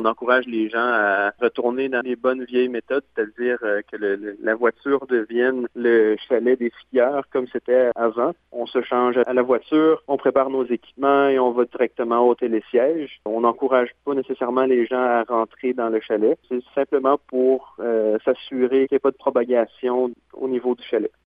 encourage les gens à retourner dans les bonnes vieilles méthodes, c'est-à-dire que la voiture devienne le chalet des skieurs comme c'était avant. On se change à la voiture, on prépare nos équipements et on va directement au télésiège. On n'encourage pas nécessairement les gens à rentrer dans le chalet. C'est simplement pour s'assurer qu'il n'y ait pas de propagation au niveau du chalet.